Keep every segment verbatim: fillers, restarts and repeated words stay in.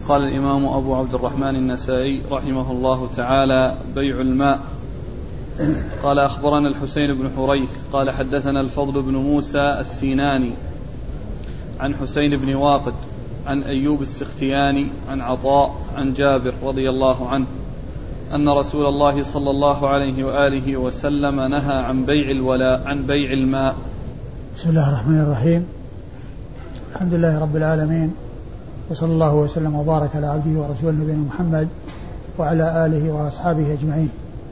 قال الإمام أبو عبد الرحمن النسائي رحمه الله تعالى: بيع الماء. قال: أخبرنا الحسين بن حريث قال حدثنا الفضل بن موسى السيناني عن حسين بن واقد عن أيوب السختياني عن عطاء عن جابر رضي الله عنه أن رسول الله صلى الله عليه وآله وسلم نهى عن بيع الولاء عن بيع الماء. بسم الله الرحمن الرحيم. الحمد لله رب العالمين، وصلى الله وسلم وبارك على عبده ورسوله نبينا محمد وعلى آله وأصحابه أجمعين.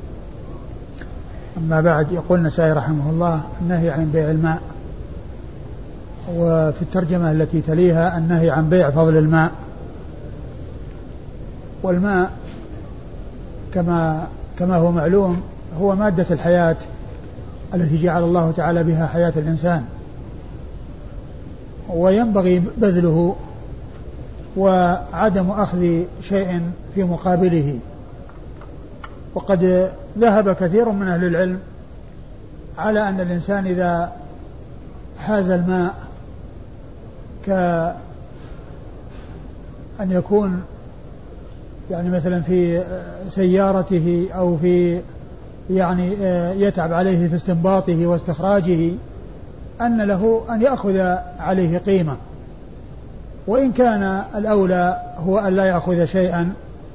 أما بعد، يقول النسائي رحمه الله: النهي عن بيع الماء. وفي الترجمة التي تليها: النهي عن بيع فضل الماء. والماء كما كما هو معلوم هو مادة الحياة التي جعل الله تعالى بها حياة الإنسان، وينبغي بذله وعدم أخذ شيء في مقابله. وقد ذهب كثير من أهل العلم على أن الإنسان إذا حاز الماء كأن يكون يعني مثلا في سيارته أو في يعني يتعب عليه في استنباطه واستخراجه، أن له أن يأخذ عليه قيمة، وإن كان الأولى هو أن لا يأخذ شيئا.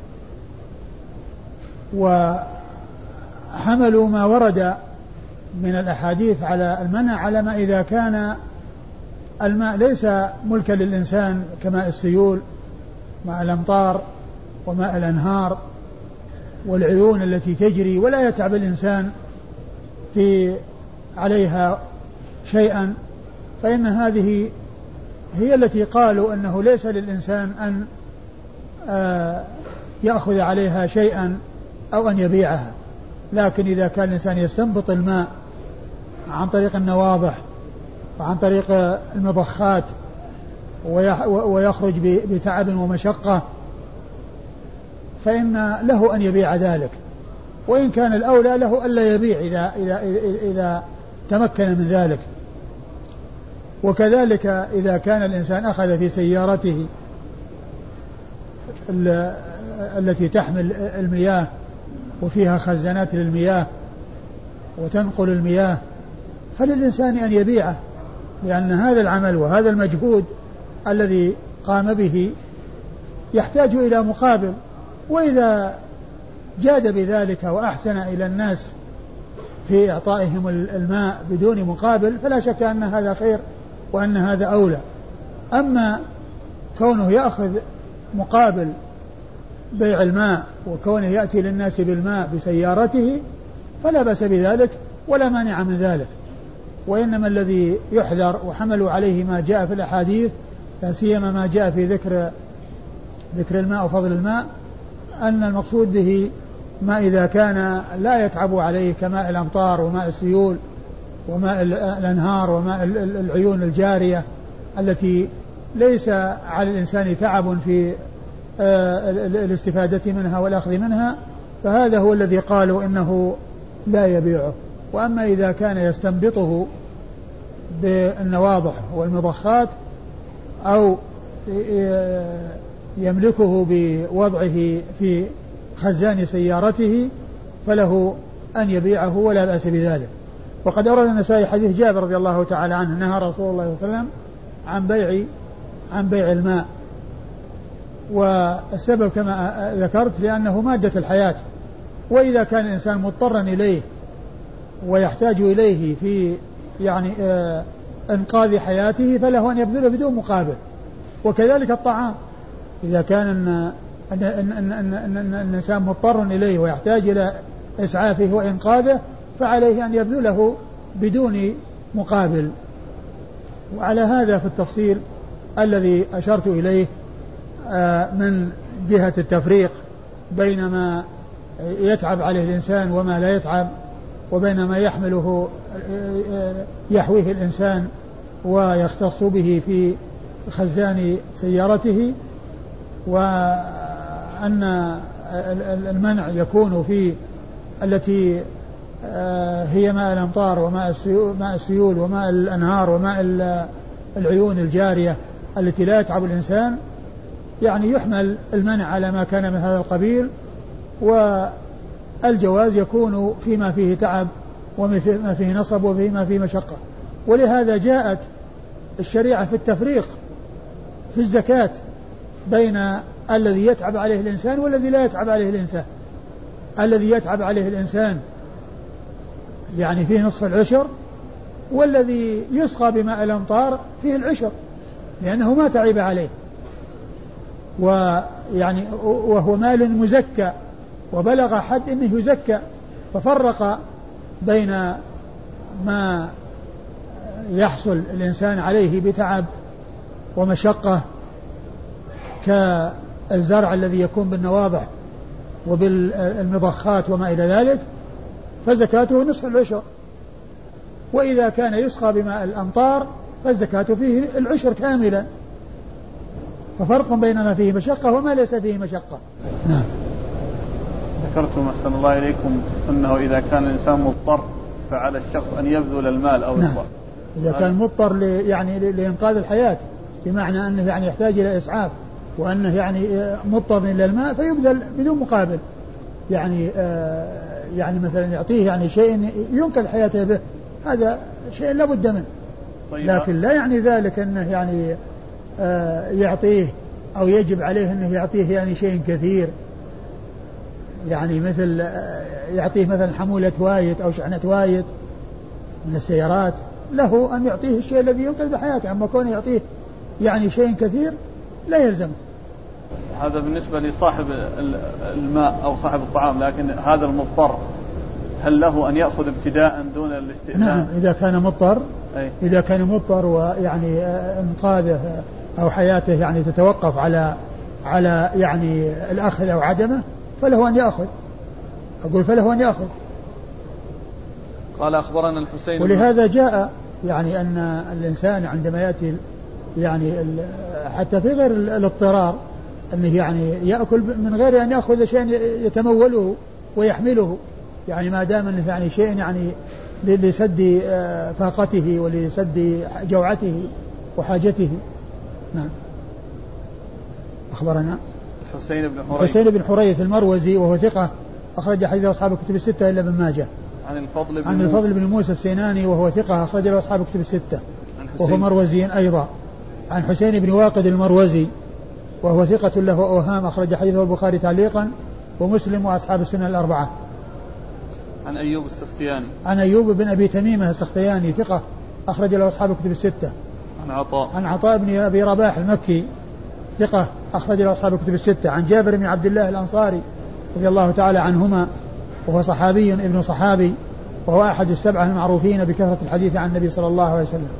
وحملوا ما ورد من الأحاديث على المنع على ما إذا كان الماء ليس ملكا للإنسان كماء السيول، ماء الأمطار وماء الأنهار والعيون التي تجري ولا يتعب الإنسان في عليها شيئا، فإن هذه هي التي قالوا أنه ليس للإنسان أن يأخذ عليها شيئا أو أن يبيعها. لكن إذا كان الإنسان يستنبط الماء عن طريق النواضح وعن طريق المضخات ويخرج بتعب ومشقة، فإن له أن يبيع ذلك، وإن كان الأولى له ألا يبيع إذا, إذا, إذا تمكن من ذلك. وكذلك إذا كان الإنسان أخذ في سيارته التي تحمل المياه وفيها خزانات للمياه وتنقل المياه، فللإنسان أن يبيعه، لأن هذا العمل وهذا المجهود الذي قام به يحتاج إلى مقابل. وإذا جاد بذلك وأحسن إلى الناس في إعطائهم الماء بدون مقابل فلا شك أن هذا خير وأن هذا أولى. أما كونه يأخذ مقابل بيع الماء وكونه يأتي للناس بالماء بسيارته فلا بأس بذلك ولا مانع من ذلك. وإنما الذي يحذر وحملوا عليه ما جاء في الأحاديث، لا سيما ما جاء في ذكر ذكر الماء وفضل الماء، أن المقصود به ما إذا كان لا يتعب عليه كماء الأمطار وماء السيول وماء الأنهار وماء العيون الجارية التي ليس على الإنسان تعب في الاستفادة منها والأخذ منها، فهذا هو الذي قالوا إنه لا يبيعه. وأما إذا كان يستنبطه بالنواضح والمضخات أو يملكه بوضعه في خزان سيارته فله أن يبيعه ولا بأس بذلك. وقد أورد النسائي حديث جابر رضي الله تعالى عنه: نهى رسول الله صلى الله عليه وسلم عن بيع عن بيع الماء. والسبب كما ذكرت لأنه مادة الحياة، وإذا كان الإنسان مضطرا إليه ويحتاج إليه في يعني آه إنقاذ حياته فله أن يبذله بدون مقابل. وكذلك الطعام، إذا كان أن أن أن أن أن الإنسان مضطر إليه ويحتاج إلى إسعافه وإنقاذه فعليه أن يبذله بدون مقابل. وعلى هذا في التفصيل الذي أشرت إليه من جهة التفريق بين ما يتعب عليه الإنسان وما لا يتعب، وبين ما يحمله يحويه الإنسان ويختص به في خزان سيارته، وأن المنع يكون في التي هي ماء الأمطار وماء السيول وماء الأنهار وماء العيون الجارية التي لا يتعب الإنسان يعني يحمل المنع على ما كان من هذا القبيل، والجواز يكون فيما فيه تعب وما فيه نصب وفيما فيه مشقة. ولهذا جاءت الشريعة في التفريق في الزكاة بين الذي يتعب عليه الإنسان والذي لا يتعب عليه الإنسان. الذي يتعب عليه الإنسان يعني فيه نصف العشر، والذي يسقى بماء الأمطار فيه العشر لأنه ما تعب عليه، ويعني وهو مال مزكى وبلغ حد أنه يزكى، ففرق بين ما يحصل الإنسان عليه بتعب ومشقة كالزرع الذي يكون بالنواضح وبالمضخات وما إلى ذلك، فزكاته نصف العشر. وإذا كان يسقى بماء الأمطار فالزكاة فيه العشر كاملا، ففرق بين ما فيه مشقة وما ليس فيه مشقة. نعم. ذكرتم أحسن الله إليكم أنه إذا كان الإنسان مضطر فعلى الشخص أن يبذل المال أو نعم. إذا كان مضطر يعني لإنقاذ الحياة، بمعنى أنه يعني يحتاج إلى إسعاف وأنه يعني مضطر إلى الماء فيبذل بدون مقابل، يعني آه يعني مثلا يعطيه يعني شيء ينقذ حياته به، هذا شيء لا بد منه. لكن لا يعني ذلك أنه يعني آه يعطيه أو يجب عليه أنه يعطيه يعني شيء كثير، يعني مثل آه يعطيه مثلا حمولة وايت أو شحنة وايت من السيارات، له أن يعطيه الشيء الذي ينقذ بحياته. أما كونه يعطيه يعني شيء كثير لا يلزمه. هذا بالنسبة لصاحب الماء أو صاحب الطعام، لكن هذا المضطر هل له أن يأخذ ابتداء دون الاستئذان؟ نعم، إذا كان مضطر أي. إذا كان مضطر ويعني إنقاذه أو حياته يعني تتوقف على على يعني الأخذ أو عدمه فله أن يأخذ. أقول فله أن يأخذ. قال أخبرنا الحسين. ولهذا جاء يعني أن الإنسان عندما يأتي يعني حتى في غير الاضطرار أنه يعني يأكل من غير أن يأخذ شيء يتموله ويحمله، يعني ما دام أنه يعني شيء يعني لسد فاقته ولسد جوعته وحاجته. نعم. أخبرنا حسين بن حريث حسين بن حريث المروزي وهو ثقة أخرج حديث أصحاب الكتب الستة إلا ابن ماجه. عن الفضل بن عن الفضل بن موسى السيناني وهو ثقة أخرج له أصحاب الكتب الستة وهو مروزي أيضا. عن حسين بن واقد المروزي وهو ثقة له أوهام أخرج حديثه البخاري تعليقا ومسلم وأصحاب السنن الأربعة. عن أيوب السختياني عن أيوب بن أبي تميمة السختياني ثقة أخرج له أصحاب الكتب الستة. عن عطاء عن عطاء بن أبي رباح المكي ثقة أخرج له أصحاب الكتب الستة. عن جابر بن عبد الله الأنصاري رضي الله تعالى عنهما وهو صحابي ابن صحابي وهو أحد السبعة المعروفين بكثرة الحديث عن النبي صلى الله عليه وسلم.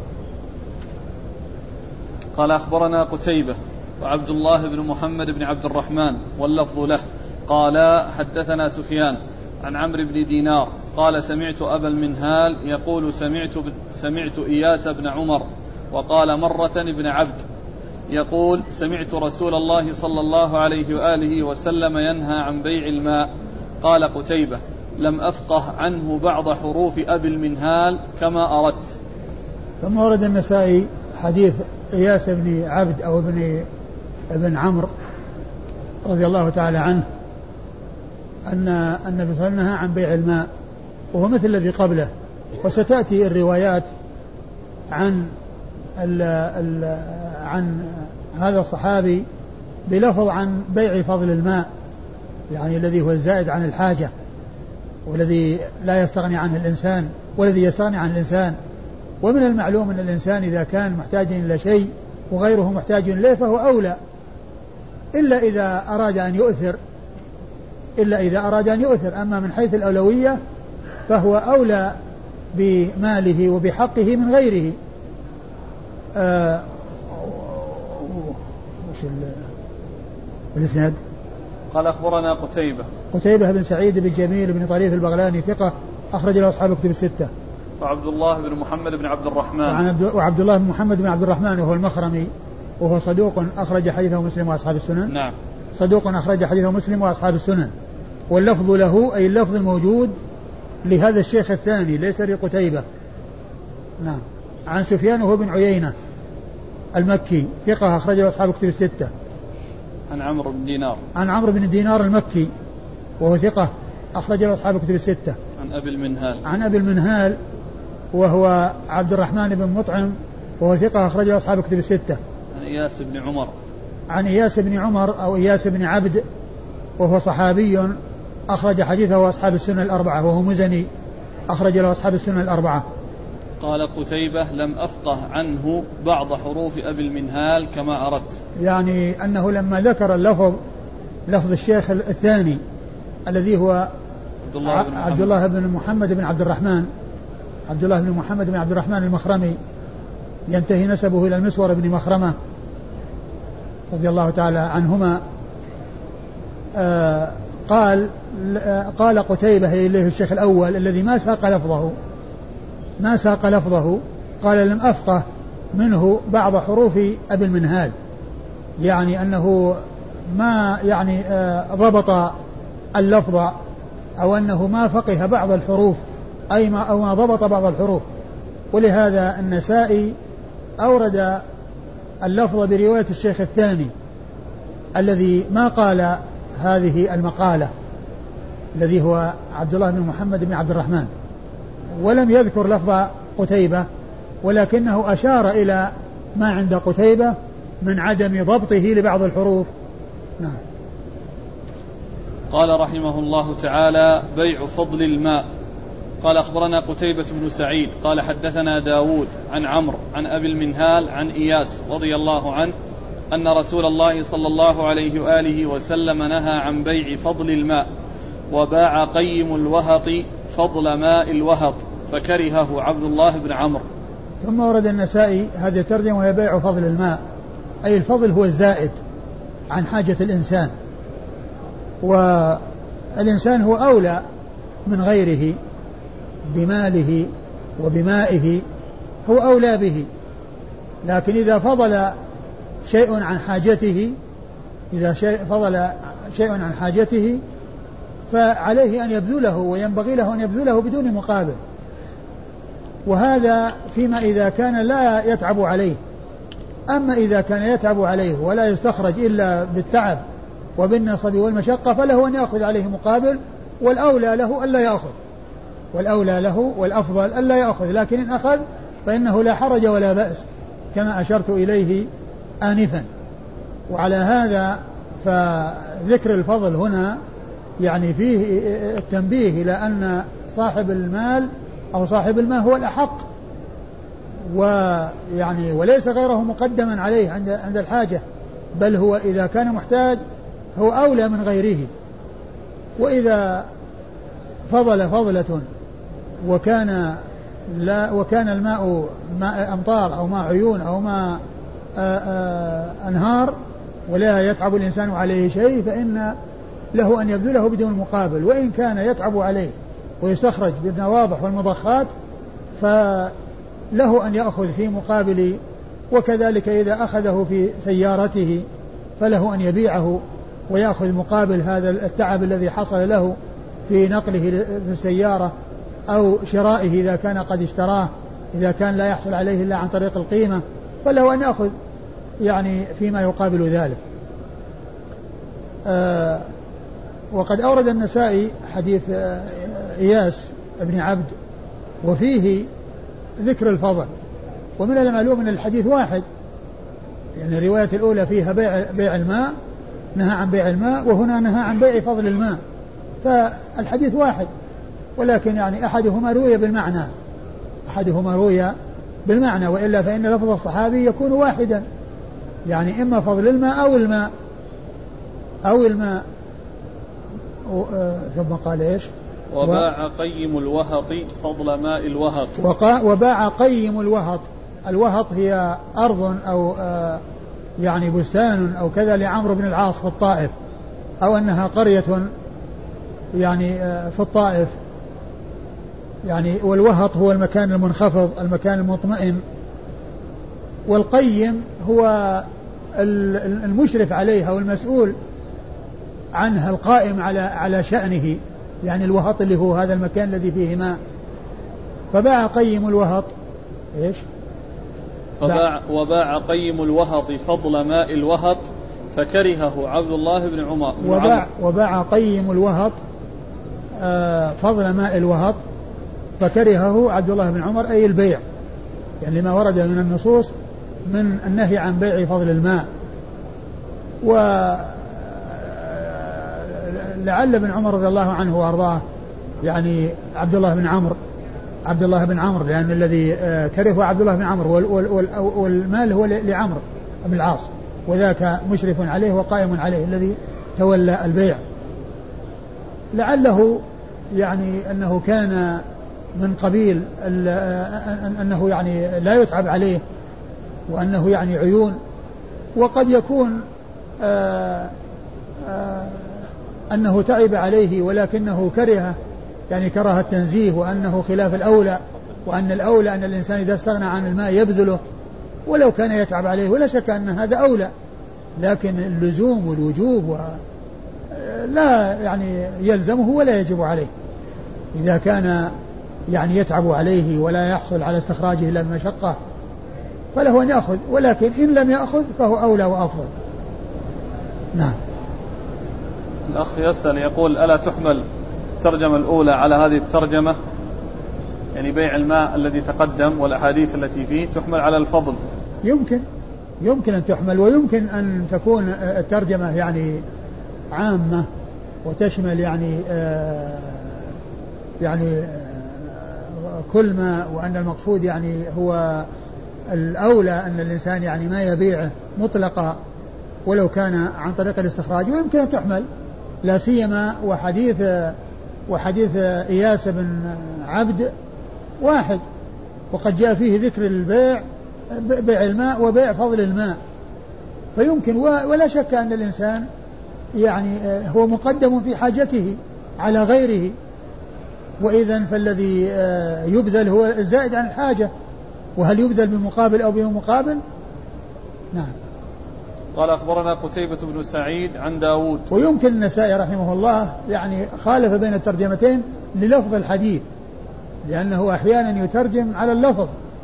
قال أخبرنا قتيبة وعبد الله بن محمد بن عبد الرحمن واللفظ له قال حدثنا سفيان عن عمرو بن دينار قال سمعت أبا المنهال يقول سمعت, سمعت إياس بن عمر وقال مرة ابن عبد يقول سمعت رسول الله صلى الله عليه وآله وسلم ينهى عن بيع الماء. قال قتيبة لم أفقه عنه بعض حروف أبي المنهال كما أردت. ثم ورد النسائي حديث إياس بن عبد أو ابن ابن عمرو رضي الله تعالى عنه أن النبي صلى الله عليه وسلم نهى عن بيع الماء وهو مثل الذي قبله، وستأتي الروايات عن ال ال عن هذا الصحابي بلفظ عن بيع فضل الماء، يعني الذي هو الزائد عن الحاجة والذي لا يستغني عنه الإنسان والذي يستغني عن الإنسان. ومن المعلوم أن الإنسان إذا كان محتاج إلى شيء وغيره محتاج إليه فهو أولى، إلا إذا أراد أن يؤثر إلا إذا أراد أن يؤثر أما من حيث الأولوية فهو أولى بماله وبحقه من غيره. آه وش الإسناد؟ قال أخبرنا قتيبة قتيبة بن سعيد بن جميل بن طريف البغلاني ثقة أخرج له أصحاب الكتب الستة. وعبد الله بن محمد بن عبد الرحمن وعبد الله بن محمد بن عبد الرحمن وهو المخرمي وهو صدوق أخرج حديثه مسلم وأصحاب السنن. نعم. صدوق أخرج حديثه مسلم وأصحاب السنن. واللفظ له أي اللفظ الموجود لهذا الشيخ الثاني ليس لقتيبة. نعم. عن سفيان وهو بن عيينة المكي ثقة أخرج له أصحاب الكتب الستة. عن عمرو بن دينار عن عمرو بن دينار المكي وهو ثقة أخرج له أصحاب الكتب الستة. عن أبي المنهال عن أبي المنهال وهو عبد الرحمن بن مطعم وهو ثقة أخرج له أصحاب الكتب الستة. عن إياس بن عمر عن إياس بن عمر أو إياس بن عبد وهو صحابي أخرج حديثه أصحاب السنة الأربعة وهو مزني أخرج له أصحاب السنة الأربعة. قال قتيبة لم أفقه عنه بعض حروف أبي المنهال كما أردت، يعني أنه لما ذكر اللفظ لفظ الشيخ الثاني الذي هو عبد الله بن عبد الله بن محمد بن عبد الرحمن عبد الله بن محمد بن عبد الرحمن المخرمي ينتهي نسبه إلى المسور بن مخرمة رضي الله تعالى عنهما. آه قال قال قتيبة إليه الشيخ الأول الذي ما ساق لفظه ما ساق لفظه قال لم أفقه منه بعض حروف أبي المنهال، يعني أنه ما يعني آه ضبط اللفظ أو أنه ما فقه بعض الحروف أي ما أو ما ضبط بعض الحروف. ولهذا النسائي أورد اللفظ برواية الشيخ الثاني الذي ما قال هذه المقالة الذي هو عبد الله بن محمد بن عبد الرحمن، ولم يذكر لفظ قتيبة ولكنه أشار إلى ما عند قتيبة من عدم ضبطه لبعض الحروف. نعم. قال رحمه الله تعالى: بيع فضل الماء. قال أخبرنا قتيبة بن سعيد قال حدثنا داود عن عمرو عن أبي المنهال عن إياس رضي الله عنه أن رسول الله صلى الله عليه وآله وسلم نهى عن بيع فضل الماء، وباع قيم الوهط فضل ماء الوهط، فكرهه عبد الله بن عمرو. ثم ورد النسائي هذه الترجمة وهي بيع فضل الماء، أي الفضل هو الزائد عن حاجة الإنسان، والإنسان هو أولى من غيره بماله وبمائه، هو أولى به، لكن إذا فضل شيء عن حاجته إذا شيء فضل شيء عن حاجته فعليه أن يبذله وينبغي له أن يبذله بدون مقابل، وهذا فيما إذا كان لا يتعب عليه. أما إذا كان يتعب عليه ولا يستخرج إلا بالتعب وبالنصب والمشقة فله أن يأخذ عليه مقابل، والأولى له ألا يأخذ والأولى له والأفضل ألا يأخذ، لكن إن أخذ فإنه لا حرج ولا بأس كما أشرت إليه آنفا. وعلى هذا فذكر الفضل هنا يعني فيه التنبيه إلى أن صاحب المال أو صاحب المال هو الأحق، ويعني وليس غيره مقدما عليه عند عند الحاجة، بل هو إذا كان محتاج هو أولى من غيره. وإذا فضل فضلة وكان لا وكان الماء ماء أمطار أو ماء عيون أو ماء أنهار ولا يتعب الإنسان عليه شيء فإن له أن يبذله بدون مقابل، وإن كان يتعب عليه ويستخرج بالنواضح والمضخات فله أن يأخذ في مقابل. وكذلك إذا أخذه في سيارته فله أن يبيعه ويأخذ مقابل هذا التعب الذي حصل له في نقله في السيارة أو شرائه إذا كان قد اشتراه، إذا كان لا يحصل عليه إلا عن طريق القيمة فله أن يأخذ يعني فيما يقابل ذلك. آه وقد أورد النسائي حديث آه إياس بن عبد وفيه ذكر الفضل، ومن المعلوم أن الحديث واحد، يعني الرواية الأولى فيها بيع, بيع الماء، نهى عن بيع الماء، وهنا نهى عن بيع فضل الماء، فالحديث واحد، ولكن يعني أحدهما روي بالمعنى أحدهما روي بالمعنى وإلا فإن لفظ الصحابي يكون واحدا، يعني إما فضل الماء أو الماء أو الماء. ثم قال إيش؟ وباع قيم الوهط فضل ماء الوهط. وباع قيم الوهط، الوهط هي أرض أو يعني بستان أو كذا لعمرو بن العاص في الطائف، أو أنها قرية يعني في الطائف يعني. والوهط هو المكان المنخفض المكان المطمئن، والقيم هو المشرف عليها والمسؤول عنها القائم على على شأنه، يعني الوهط اللي هو هذا المكان الذي فيه ماء. فباع قيم الوهط إيش؟ فباع وباع قيم الوهط فضل ماء الوهط فكرهه عبد الله بن عمر وباع, وباع قيم الوهط آه فضل ماء الوهط، فكرهه عبد الله بن عمر أي البيع، يعني ما ورد من النصوص من النهي عن بيع فضل الماء. ولعل ابن عمر رضي الله عنه وأرضاه يعني عبد الله بن عمرو عبد الله بن عمرو لأن الذي كرهه عبد الله بن عمرو والمال هو لعمرو بن العاص، وذاك مشرف عليه وقائم عليه الذي تولى البيع. لعله يعني أنه كان من قبيل أنه يعني لا يتعب عليه وأنه يعني عيون، وقد يكون آآ آآ أنه تعب عليه ولكنه كره يعني كره التنزيه، وأنه خلاف الأولى، وأن الأولى أن الإنسان إذا استغنى عن الماء يبذله ولو كان يتعب عليه، ولا شك أن هذا أولى، لكن اللزوم والوجوب لا يعني يلزمه ولا يجب عليه إذا كان يعني يتعب عليه ولا يحصل على استخراجه إلا المشقة فله أن يأخذ، ولكن إن لم يأخذ فهو أولى وأفضل. نعم. الأخ يسأل يقول ألا تحمل الترجمة الأولى على هذه الترجمة، يعني بيع الماء الذي تقدم والأحاديث التي فيه تحمل على الفضل؟ يمكن يمكن أن تحمل، ويمكن أن تكون الترجمة يعني عامة وتشمل يعني آه يعني آه كل ما، وأن المقصود يعني هو الأولى أن الإنسان يعني ما يبيعه مطلقا ولو كان عن طريق الاستخراج، ويمكن أن تحمل لا سيما وحديث وحديث إياس بن عبد واحد، وقد جاء فيه ذكر البيع بيع الماء وبيع فضل الماء، فيمكن ولا شك أن الإنسان يعني هو مقدم في حاجته على غيره، وإذن فالذي يبذل هو الزائد عن الحاجة، وهل يبذل بمقابل أو بمقابل؟ نعم. قال أخبرنا قتيبة بن سعيد عن داود. ويمكن النسائي رحمه الله يعني خالف بين الترجمتين للفظ الحديث، لأنه أحيانا يترجم على اللفظ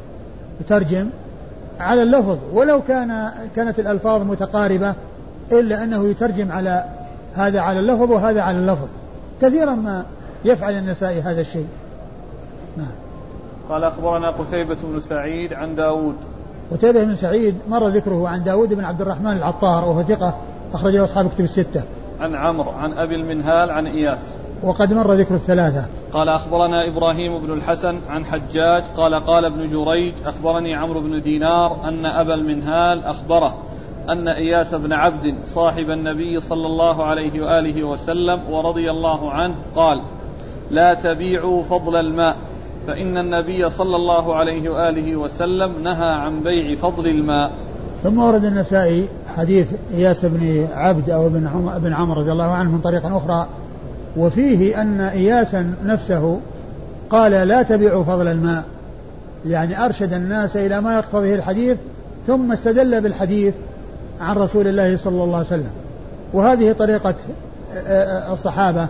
يترجم على اللفظ ولو كان كانت الألفاظ متقاربة، إلا أنه يترجم على هذا على اللفظ وهذا على اللفظ، كثيرا ما يفعل النسائي هذا الشيء. نعم. قال أخبرنا قتيبة بن سعيد عن داود. قتيبة بن سعيد مر ذكره عن داود بن عبد الرحمن العطار وهو ثقة أخرج له أصحاب كتب الستة. عن عمرو عن أبي المنهال عن إياس وقد مر ذكر الثلاثة. قال أخبرنا إبراهيم بن الحسن عن حجاج قال قال ابن جريج أخبرني عمرو بن دينار أن أبا المنهال أخبره أن إياس بن عبد صاحب النبي صلى الله عليه وآله وسلم ورضي الله عنه قال لا تبيعوا فضل الماء فإن النبي صلى الله عليه وآله وسلم نهى عن بيع فضل الماء. ثم ورد النسائي حديث إياس بن عبد أو بن عمرو رضي الله عنه من طريق أخرى، وفيه أن إياسا نفسه قال لا تبيعوا فضل الماء، يعني أرشد الناس إلى ما يقتضيه الحديث ثم استدل بالحديث عن رسول الله صلى الله عليه وسلم. وهذه طريقة الصحابة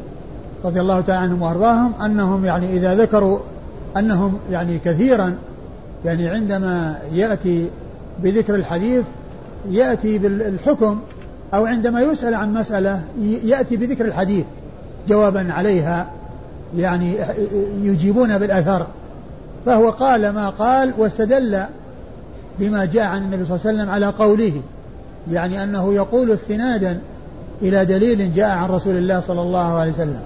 رضي الله تعالى عنهم وأرضاهم، أنهم يعني إذا ذكروا أنهم يعني كثيرا يعني عندما يأتي بذكر الحديث يأتي بالحكم، أو عندما يسأل عن مسألة يأتي بذكر الحديث جوابا عليها، يعني يجيبون بالأثر. فهو قال ما قال واستدل بما جاء عن النبي صلى الله عليه وسلم على قوله، يعني أنه يقول استنادا إلى دليل جاء عن رسول الله صلى الله عليه وسلم.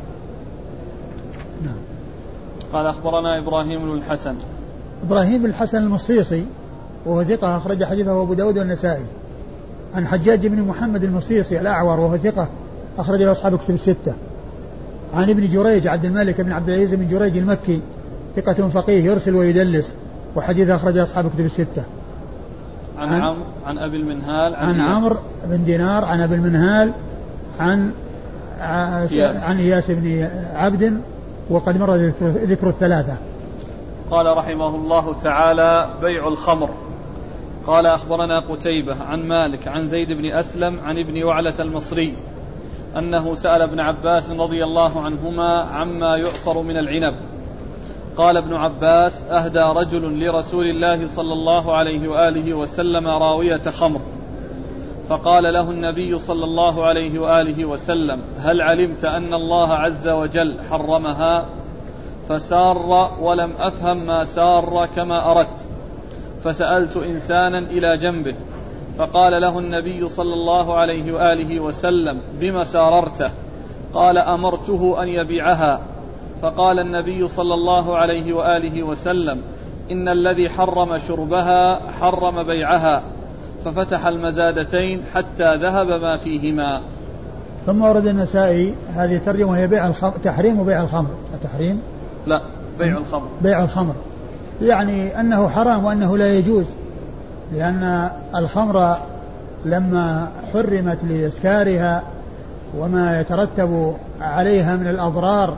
نعم. قال أخبرنا إبراهيم بن الحسن. إبراهيم بن الحسن المصيصي وهو ثقة أخرج حديثه أبو داود والنسائي. عن حجاج بن محمد المصيصي الأعور وهو ثقة أخرج له أصحاب كتب الستة. عن ابن جريج عبد الملك بن عبد العزيز بن جريج المكي ثقة فقيه يرسل ويدلس وحديثه أخرج أصحاب كتب الستة. عن عن عمرو عن أبي المنهال عن, عن عمرو بن دينار عن أبي المنهال عن إياس. عن إياس بن عبد وقد مر ذكر, ذكر الثلاثة. قال رحمه الله تعالى بيع الخمر. قال أخبرنا قتيبة عن مالك عن زيد بن أسلم عن ابن وعلة المصري أنه سأل ابن عباس رضي الله عنهما عما يعصر من العنب. قال ابن عباس أهدى رجل لرسول الله صلى الله عليه وآله وسلم راوية خمر فقال له النبي صلى الله عليه وآله وسلم: هل علمت أن الله عز وجل حرمها؟ فسار ولم أفهم ما سار كما أردت، فسألت إنسانا إلى جنبه فقال له النبي صلى الله عليه وآله وسلم: بما ساررته؟ قال: أمرته أن يبيعها. فقال النبي صلى الله عليه وآله وسلم: إن الذي حرم شربها حرم بيعها. ففتح المزادتين حتى ذهب ما فيهما. ثم ورد النسائي هذه ترجمة وهي بيع الخمر، تحريم بيع الخمر. التحريم لا بيع الخمر، بيع الخمر يعني أنه حرام وأنه لا يجوز، لأن الخمر لما حرمت لإسكارها وما يترتب عليها من الأضرار،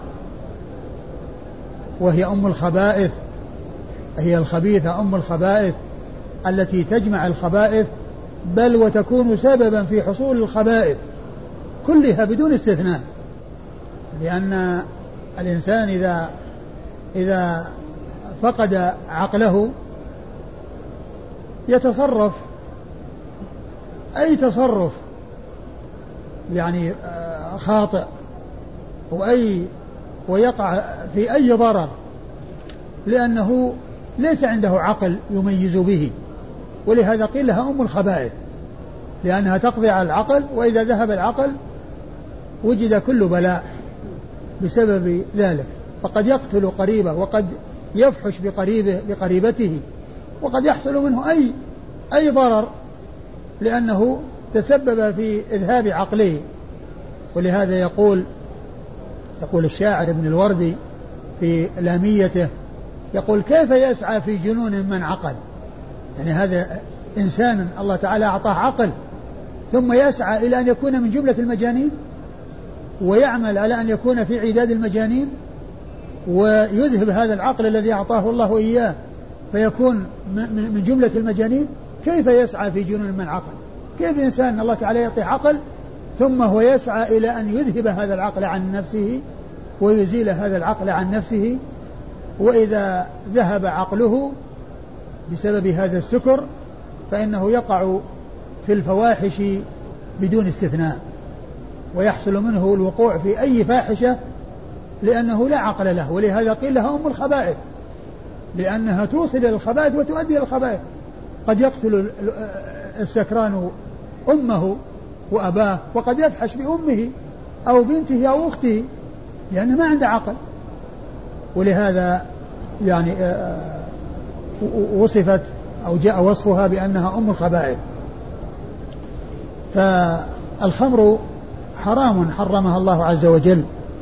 وهي أم الخبائث، هي الخبيثة أم الخبائث التي تجمع الخبائث، بل وتكون سببا في حصول الخبائث كلها بدون استثناء، لأن الإنسان إذا إذا فقد عقله يتصرف أي تصرف يعني خاطئ وأي ويقع في أي ضرر، لأنه ليس عنده عقل يميز به، ولهذا قيل لها أم الخبائث، لأنها تقضي على العقل، وإذا ذهب العقل وجد كل بلاء بسبب ذلك. فقد يقتل قريبه، وقد يفحش بقريبه بقريبته، وقد يحصل منه أي أي ضرر لأنه تسبب في إذهاب عقله. ولهذا يقول يقول الشاعر ابن الوردي في لاميته، يقول: كيف يسعى في جنون من عقل؟ يعني هذا إنسان الله تعالى أعطاه عقل ثم يسعى إلى أن يكون من جملة المجانين، ويعمل على أن يكون في عداد المجانين، ويذهب هذا العقل الذي أعطاه الله إياه فيكون من جملة المجانين. كيف يسعى في جنون من عقل؟ كيف إنسان الله تعالى يعطيه عقل ثم هو يسعى إلى أن يذهب هذا العقل عن نفسه ويزيل هذا العقل عن نفسه؟ وإذا ذهب عقله بسبب هذا السكر فإنه يقع في الفواحش بدون استثناء، ويحصل منه الوقوع في أي فاحشة لأنه لا عقل له. ولهذا قيل لها أم الخبائث، لأنها توصل إلى الخبائث وتؤدي إلى الخبائث. قد يقتل السكران أمه وأباه، وقد يفحش بأمه أو بنته أو أخته لأنه ما عنده عقل. ولهذا يعني وصفت أو جاء وصفها بأنها أم الخبائث. فالخمر حرام حرمها الله عز وجل،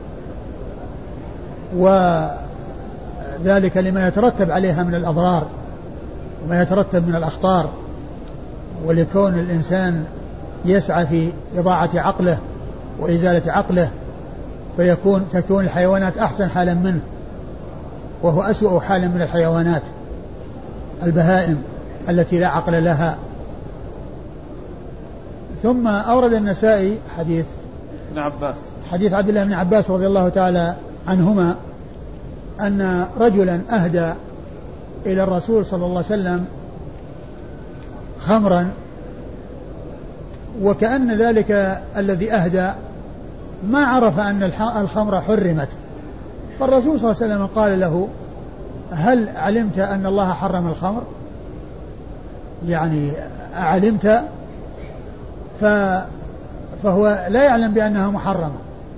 وذلك لما يترتب عليها من الأضرار وما يترتب من الأخطار، ولكون الإنسان يسعى في إضاعة عقله وإزالة عقله فيكون تكون الحيوانات أحسن حالا منه، وهو أسوأ حالا من الحيوانات البهائم التي لا عقل لها. ثم أورد النسائي حديث ابن عباس حديث عبد الله بن عباس رضي الله تعالى عنهما أن رجلا أهدى إلى الرسول صلى الله عليه وسلم خمرا، وكأن ذلك الذي أهدى ما عرف أن الخمر حرمت، فالرسول صلى الله عليه وسلم قال له: هل علمت أن الله حرم الخمر؟ يعني أعلمت؟ فهو لا يعلم بأنها محرمة،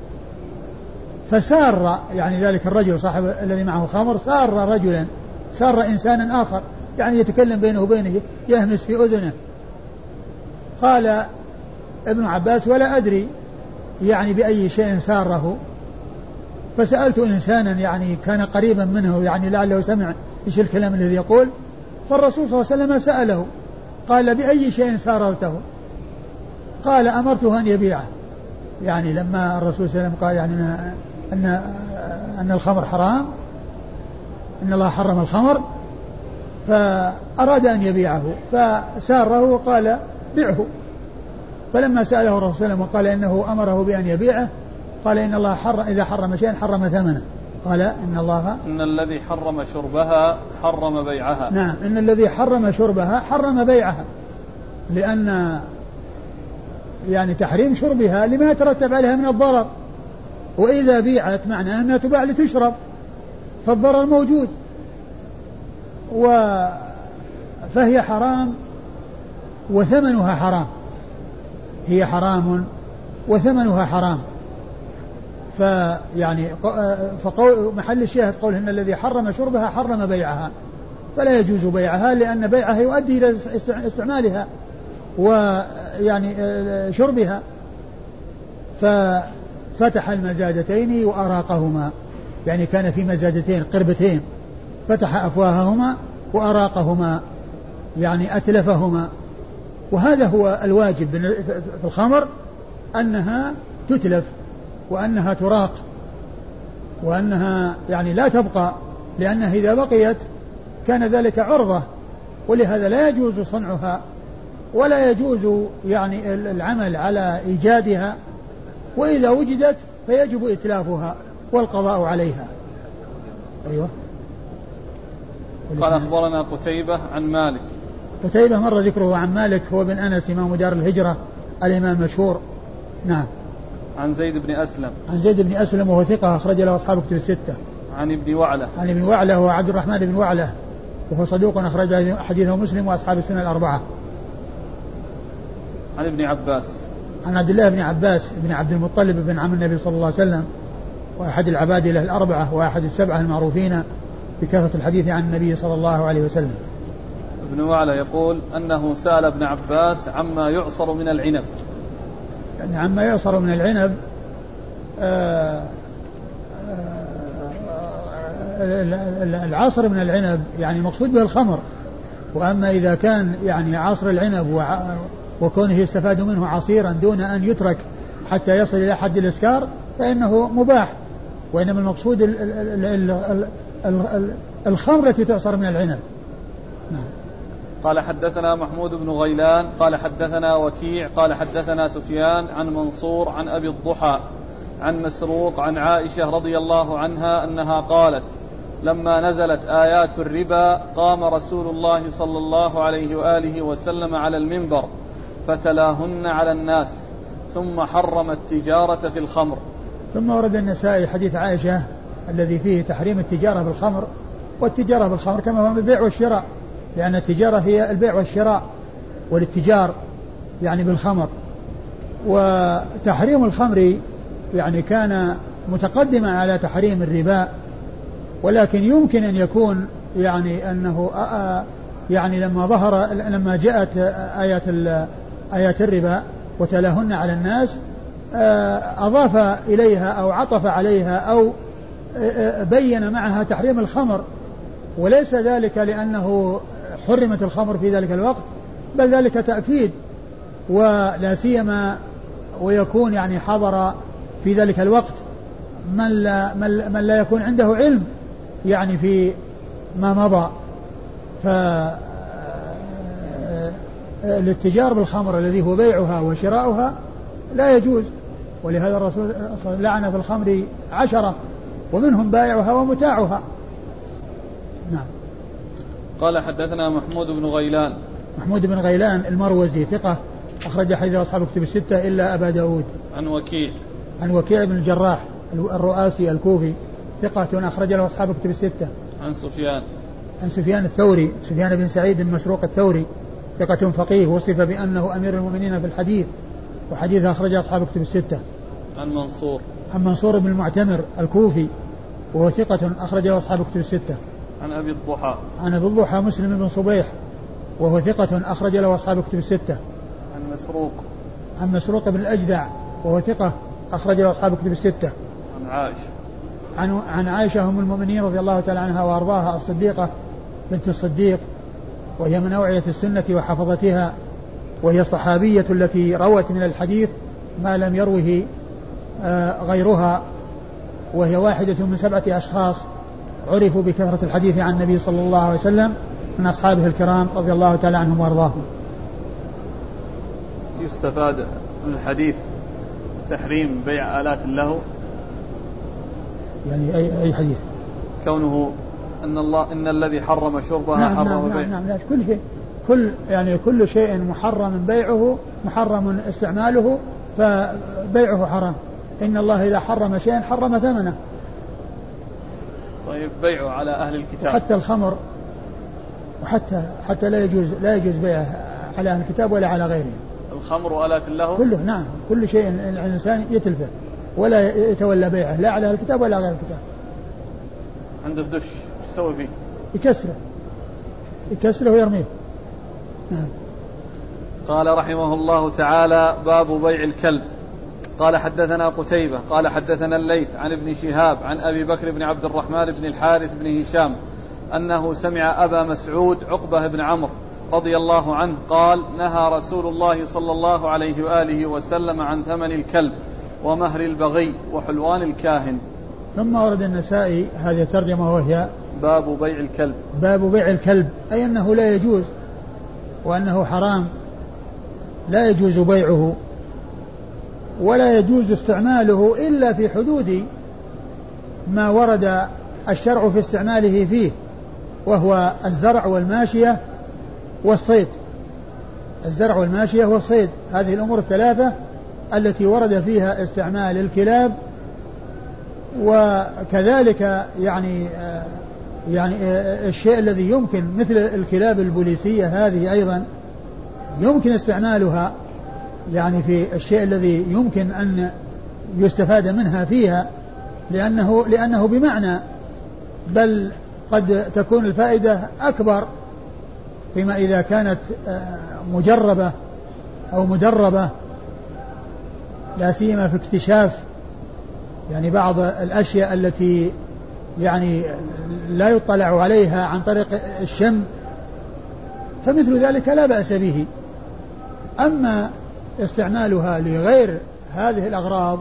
فسار يعني ذلك الرجل صاحب الذي معه خمر سار رجلا سار إنسانا آخر يعني يتكلم بينه وبينه يهمس في أذنه. قال ابن عباس: ولا أدري يعني بأي شيء ساره، فسألت إنسانا يعني كان قريبا منه يعني لعله سمع إيش الكلام الذي يقول، فالرسول صلى الله عليه وسلم سأله قال: بأي شيء ساررته؟ قال: أمرته أن يبيعه. يعني لما الرسول صلى الله عليه وسلم قال يعني أن, أن الخمر حرام، أن الله حرم الخمر، فأراد أن يبيعه فساره وقال: بيعه. فلما سأله الرسول صلى الله عليه وسلم وقال إنه أمره بأن يبيعه قال: إن الله حرم إذا حرم شيئا حرم ثمنه. قال: إن الله إن الذي حرم شربها حرم بيعها. نعم، إن الذي حرم شربها حرم بيعها، لأن يعني تحريم شربها لما يترتب عليها من الضرر، وإذا بيعت معناه أنها تباع لتشرب فالضرر موجود، و فهي حرام وثمنها حرام، هي حرام وثمنها حرام. فيعني فقول محل الشاهد قولهن الذي حرم شربها حرم بيعها، فلا يجوز بيعها لأن بيعها يؤدي إلى استعمالها ويعني شربها. ففتح المزادتين وأراقهما، يعني كان في مزادتين قربتين فتح أفواههما وأراقهما يعني أتلفهما. وهذا هو الواجب في الخمر، أنها تتلف وأنها تراق وأنها يعني لا تبقى، لأنها إذا بقيت كان ذلك عرضة، ولهذا لا يجوز صنعها ولا يجوز يعني العمل على إيجادها، وإذا وجدت فيجب إتلافها والقضاء عليها. أيوة. قال أخبرنا قتيبة عن مالك. قتيبة مر ذكره عن مالك، هو بن أنس إمام دار الهجرة الإمام المشهور. نعم. عن زيد بن أسلم. عن زيد بن أسلم وهو ثقة أخرج له أصحاب كتب الستة. عن ابن وعلة. عن ابن وعلة هو عبد الرحمن بن وعلة وهو صدوق أخرج حديثه مسلم وأصحاب السنة الأربعة. عن ابن عباس. عن عبد الله بن عباس بن عبد المطلب بن عم النبي صلى الله عليه وسلم، وأحد العبادلة الأربعة وأحد السبعة المعروفين بكثرة الحديث عن النبي صلى الله عليه وسلم. ابن وعلة يقول أنه سأل ابن عباس عما يعصر من العنب. يعني عما يعصر من العنب آآ آآ العصر من العنب يعني مقصود به الخمر، وأما إذا كان يعني عصر العنب وكونه يستفاد منه عصيرا دون أن يترك حتى يصل إلى حد الإسكار فإنه مباح، وإنما المقصود ال ال ال ال ال الخمر التي تعصر من العنب. نعم. قال حدثنا محمود بن غيلان قال حدثنا وكيع قال حدثنا سفيان عن منصور عن أبي الضحى عن مسروق عن عائشة رضي الله عنها أنها قالت لما نزلت آيات الربا قام رسول الله صلى الله عليه وآله وسلم على المنبر فتلاهن على الناس ثم حرم التجارة في الخمر. ثم ورد النسائي حديث عائشة الذي فيه تحريم التجارة بالخمر، والتجارة بالخمر كما هو البيع والشراء، لأن التجارة هي البيع والشراء والاتجار يعني بالخمر. وتحريم الخمر يعني كان متقدما على تحريم الربا، ولكن يمكن أن يكون يعني أنه يعني لما ظهر لما جاءت آيات آيات الربا وتلاهن على الناس أضاف إليها أو عطف عليها أو بين معها تحريم الخمر، وليس ذلك لأنه حرمت الخمر في ذلك الوقت، بل ذلك تأكيد، ولا سيما ويكون يعني حضر في ذلك الوقت من لا, من لا يكون عنده علم يعني في ما مضى. فالاتجار بالخمر الذي هو بيعها وشراؤها لا يجوز، ولهذا الرسول لعن في الخمر عشرة ومنهم بائعها ومتاعها. نعم. قال حدثنا محمود بن غيلان. محمود بن غيلان المروزي ثقة أخرج حديث أصحاب كتب الستة إلا أبا داود. عن وكيع. عن وكيع بن الجراح الرؤاسي الكوفي ثقة أخرج له أصحاب كتب الستة. عن سفيان. عن سفيان الثوري سفيان بن سعيد المشروق الثوري ثقة فقيه وصف بأنه أمير المؤمنين في الحديث، وحديث أخرج أصحاب كتب الستة. عن منصور. عن منصور بن المعتمر الكوفي وهو ثقة أخرج له أصحاب كتب الستة. عن أبي الضحى. عن أبي الضحى مسلم بن صبيح وهو ثقة أخرج له أصحاب كتب الستة. عن مسروق. عن مسروق بن الأجدع وهو ثقة أخرج له أصحاب كتب الستة. عن عائشة. عن عن عائشة أم المؤمنين رضي الله تعالى عنها وأرضاها الصديقة بنت الصديق، وهي من أوعية السنة وحفظتها، وهي الصحابية التي روت من الحديث ما لم يروه غيرها، وهي واحدة من سبعة أشخاص عرفوا بكثرة الحديث عن النبي صلى الله عليه وسلم من أصحابه الكرام رضي الله تعالى عنهم وأرضاهم. يستفاد من الحديث تحريم بيع آلات اللهو. يعني أي أي حديث؟ كونه أن الله إن الذي حرم شربها نعم حرم نعم بيع. نعم نعم كل شيء كل يعني كل شيء محرم بيعه محرم استعماله فبيعه حرام. إن الله إذا حرم شيئا حرم ثمنه. طيب بيعه على أهل الكتاب حتى الخمر، وحتى حتى لا يجوز لا يجوز بيعه على أهل الكتاب ولا على غيرهم. الخمر وآلات اللهو كله، نعم، كل شيء الإنسان يتلفه ولا يتولى بيعه لا على أهل الكتاب ولا على غير الكتاب. عنده دش يسوي فيه؟ يكسره يكسره ويرميه. نعم. قال رحمه الله تعالى: باب بيع الكلب. قال حدثنا قتيبة قال حدثنا الليث عن ابن شهاب عن أبي بكر بن عبد الرحمن بن الحارث بن هشام أنه سمع أبا مسعود عقبة بن عمرو رضي الله عنه قال: نهى رسول الله صلى الله عليه وآله وسلم عن ثمن الكلب ومهر البغي وحلوان الكاهن. ثم ورد النسائي هذه الترجمة وهي باب بيع الكلب. باب بيع الكلب، أي أنه لا يجوز وأنه حرام، لا يجوز بيعه ولا يجوز استعماله إلا في حدود ما ورد الشرع في استعماله فيه، وهو الزرع والماشية والصيد. الزرع والماشية والصيد، هذه الأمور الثلاثة التي ورد فيها استعمال الكلاب. وكذلك يعني يعني الشيء الذي يمكن مثل الكلاب البوليسية هذه أيضا يمكن استعمالها يعني في الشيء الذي يمكن أن يستفاد منها فيها، لأنه لأنه بمعنى، بل قد تكون الفائدة أكبر فيما إذا كانت مجربة أو مدربة، لا سيما في اكتشاف يعني بعض الأشياء التي يعني لا يطلع عليها عن طريق الشم، فمثل ذلك لا بأس به. أما استعمالها لغير هذه الأغراض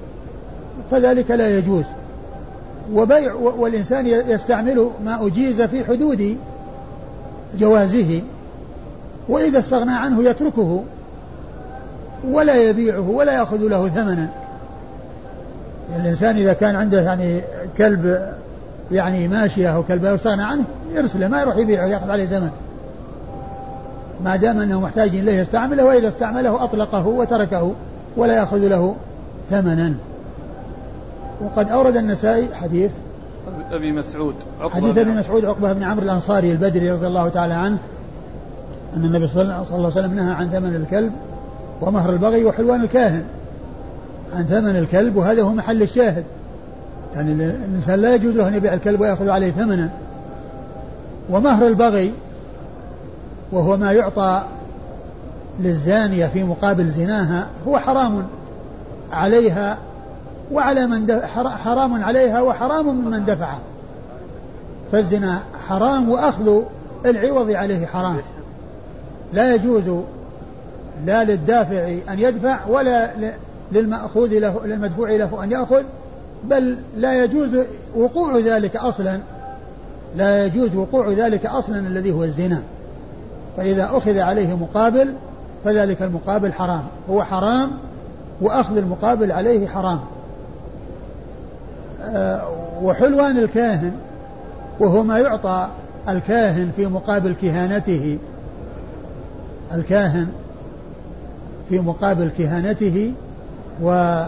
فذلك لا يجوز. وبيع والإنسان يستعمل ما أجيز في حدود جوازه، وإذا استغنى عنه يتركه ولا يبيعه ولا يأخذ له ثمنا. الإنسان إذا كان عنده يعني كلب يعني ماشية أو كلب يستغنى عنه يرسله، ما يروح يبيعه يأخذ عليه ثمن، ما دام أنه محتاج إليه يستعمله، وإذا استعمله أطلقه وتركه ولا يأخذ له ثمنا. وقد أورد النسائي حديث أبي مسعود حديث أبي مسعود عقبة بن عمرو الأنصاري البدري رضي الله تعالى عنه أن النبي صلى الله عليه وسلم نهى عن ثمن الكلب ومهر البغي وحلوان الكاهن. عن ثمن الكلب، وهذا هو محل الشاهد، يعني الإنسان لا يجوز له أن يبيع الكلب ويأخذ عليه ثمنا. ومهر البغي وهو ما يعطى للزانية في مقابل زناها هو حرام عليها وعلى من حرام عليها وحرام ممن دفعه. فالزنا حرام وأخذ العوض عليه حرام، لا يجوز لا للدافع أن يدفع ولا للمأخوذ له للمدفوع له أن يأخذ، بل لا يجوز وقوع ذلك أصلا، لا يجوز وقوع ذلك أصلا الذي هو الزنا. فإذا أخذ عليه مقابل فذلك المقابل حرام، هو حرام وأخذ المقابل عليه حرام. أه وحلوان الكاهن وهو ما يعطى الكاهن في مقابل كهانته، الكاهن في مقابل كهانته و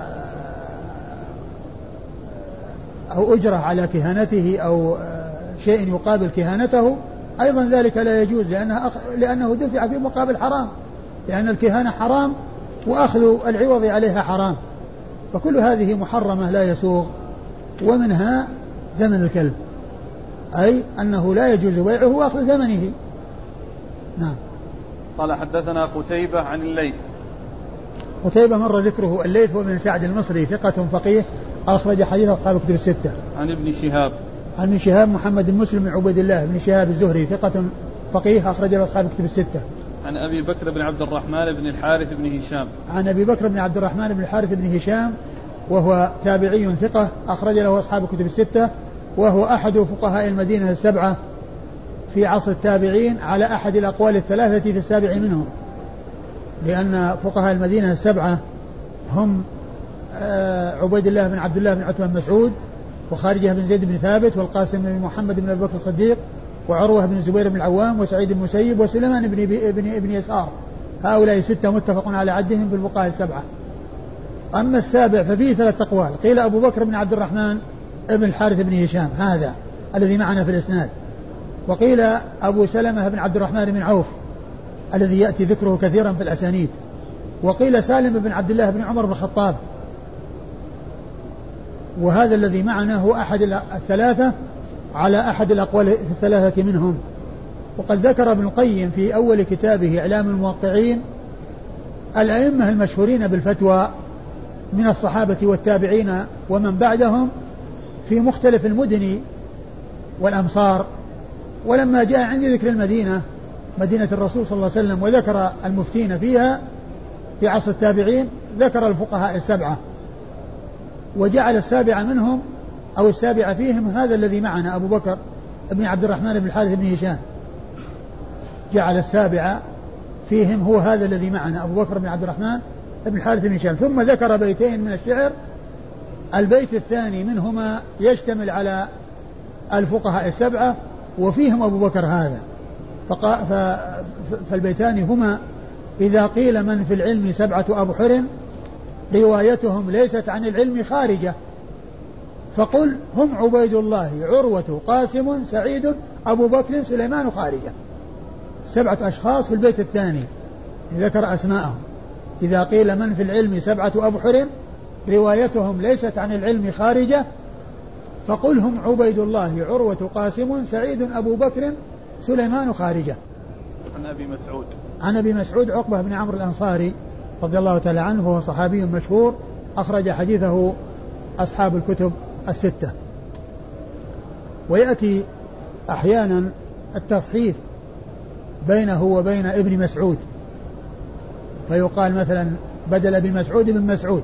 أو أجرة على كهانته أو شيء يقابل كهانته، أيضا ذلك لا يجوز لأنه, لأنه دفع في مقابل حرام، لأن الكهانة حرام وأخذ العوض عليها حرام. فكل هذه محرمة لا يسوغ. ومنها ثمن الكلب، أي أنه لا يجوز بيعه وأخذ ثمنه. نعم. قال حدثنا قتيبة عن الليث. قتيبة مر ذكره. الليث هو بن سعد المصري ثقة فقيه أخرج حديث أصحاب كتب الستة. عن ابن شهاب. عن ابن شهاب محمد بن مسلم بن عبيد الله بن شهاب الزهري ثقة فقيه أخرج أصحاب كتب الستة. عن أبي بكر بن عبد الرحمن بن الحارث بن هشام. عن أبي بكر بن عبد الرحمن بن الحارث بن هشام وهو تابعي ثقة أخرج له أصحاب كتب الستة، وهو أحد فقهاء المدينة السبعة في عصر التابعين على أحد الأقوال الثلاثة في السابع منهم، لأن فقهاء المدينة السبعة هم عبيد الله بن عبد الله بن عتبة بن مسعود، وخارجة بن زيد بن ثابت، والقاسم بن محمد بن أبي بكر الصديق، وعروة بن الزبير بن العوام وسعيد بن المسيب وسليمان بن, بن, بن يسار. هؤلاء ستة متفق على عدهم في الفقهاء السبعة. أما السابع ففيه ثلاث أقوال. قيل أبو بكر بن عبد الرحمن ابن الحارث بن هشام هذا الذي معنا في الإسناد، وقيل أبو سلمة بن عبد الرحمن بن عوف الذي يأتي ذكره كثيرا في الأسانيد، وقيل سالم بن عبد الله بن عمر بن الخطاب، وهذا الذي معنا هو أحد الثلاثة على أحد الأقوال في الثلاثة منهم. وقد ذكر ابن القيم في أول كتابه إعلام الموقعين الأئمة المشهورين بالفتوى من الصحابة والتابعين ومن بعدهم في مختلف المدن والأمصار. ولما جاء عند ذكر المدينة مدينة الرسول صلى الله عليه وسلم وذكر المفتين فيها في عصر التابعين ذكر الفقهاء السبعة، وجعل السابع منهم أو السابع فيهم هذا الذي معنا أبو بكر ابن عبد الرحمن بن الحارث بن هشام، جعل السابع فيهم هو هذا الذي معنا أبو بكر بن عبد الرحمن بن الحارث بن هشام. ثم ذكر بيتين من الشعر، البيت الثاني منهما يشتمل على الفقهاء السبعة وفيهم أبو بكر هذا. فالبيتان هما: إذا قيل من في العلم سبعة أبحر روايتهم ليست عن العلم خارجة فقل هم عبيد الله عروة قاسم سعيد أبو بكر سليمان خارجة. سبعة أشخاص في البيت الثاني ذكر أسماءهم: إذا قيل من في العلم سبعة أبحر روايتهم ليست عن العلم خارجة فقل هم عبيد الله عروة قاسم سعيد أبو بكر سليمان خارجة. عن أبي مسعود عن أبي مسعود عقبة بن عمرو الأنصاري رضي الله تعالى عنه، وهو صحابي مشهور أخرج حديثه أصحاب الكتب الستة. ويأتي أحيانا التصحيف بينه وبين ابن مسعود، فيقال مثلا بدل ابن مسعود ابن مسعود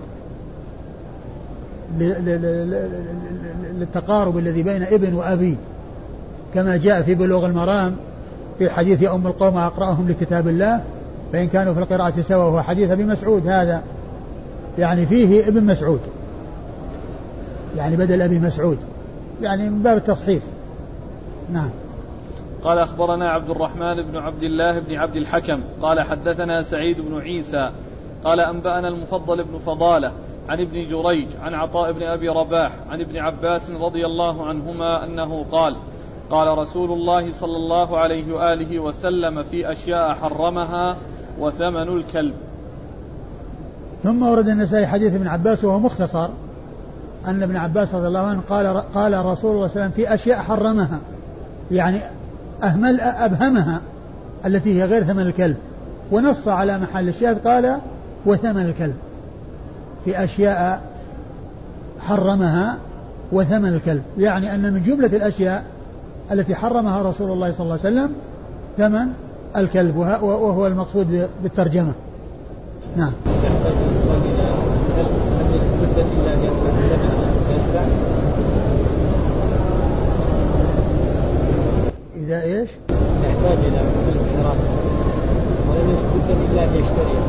للتقارب الذي بين ابن وأبي، كما جاء في بلوغ المرام في حديث أم القوم أقرأهم لكتاب الله فإن كانوا في القراءة سوا، وهو حديث ابن مسعود هذا، يعني فيه ابن مسعود، يعني بدل أبي مسعود، يعني من باب التصحيف. نعم. قال أخبرنا عبد الرحمن بن عبد الله بن عبد الحكم قال حدثنا سعيد بن عيسى قال أنبأنا المفضل بن فضالة عن ابن جريج عن عطاء بن أبي رباح عن ابن عباس رضي الله عنهما أنه قال: قال رسول الله صلى الله عليه وآله وسلم في أشياء حرمها وثمن الكلب. ثم ورد النسائي حديث ابن عباس وهو مختصر، أن ابن عباس رضي الله عنه قال قال رسول الله صلى الله عليه وسلم في أشياء حرمها، يعني أهمل أبهمها التي هي غير ثمن الكلب، ونص على محل الشاهد قال وثمن الكلب، في أشياء حرمها وثمن الكلب، يعني أن من جملة الأشياء التي حرمها رسول الله صلى الله عليه وسلم ثمن الكلب، وهو المقصود بالترجمة. نعم. إذا إيش؟ يحتاج إلى الحراسة ولم يكن إلا أن يشتري.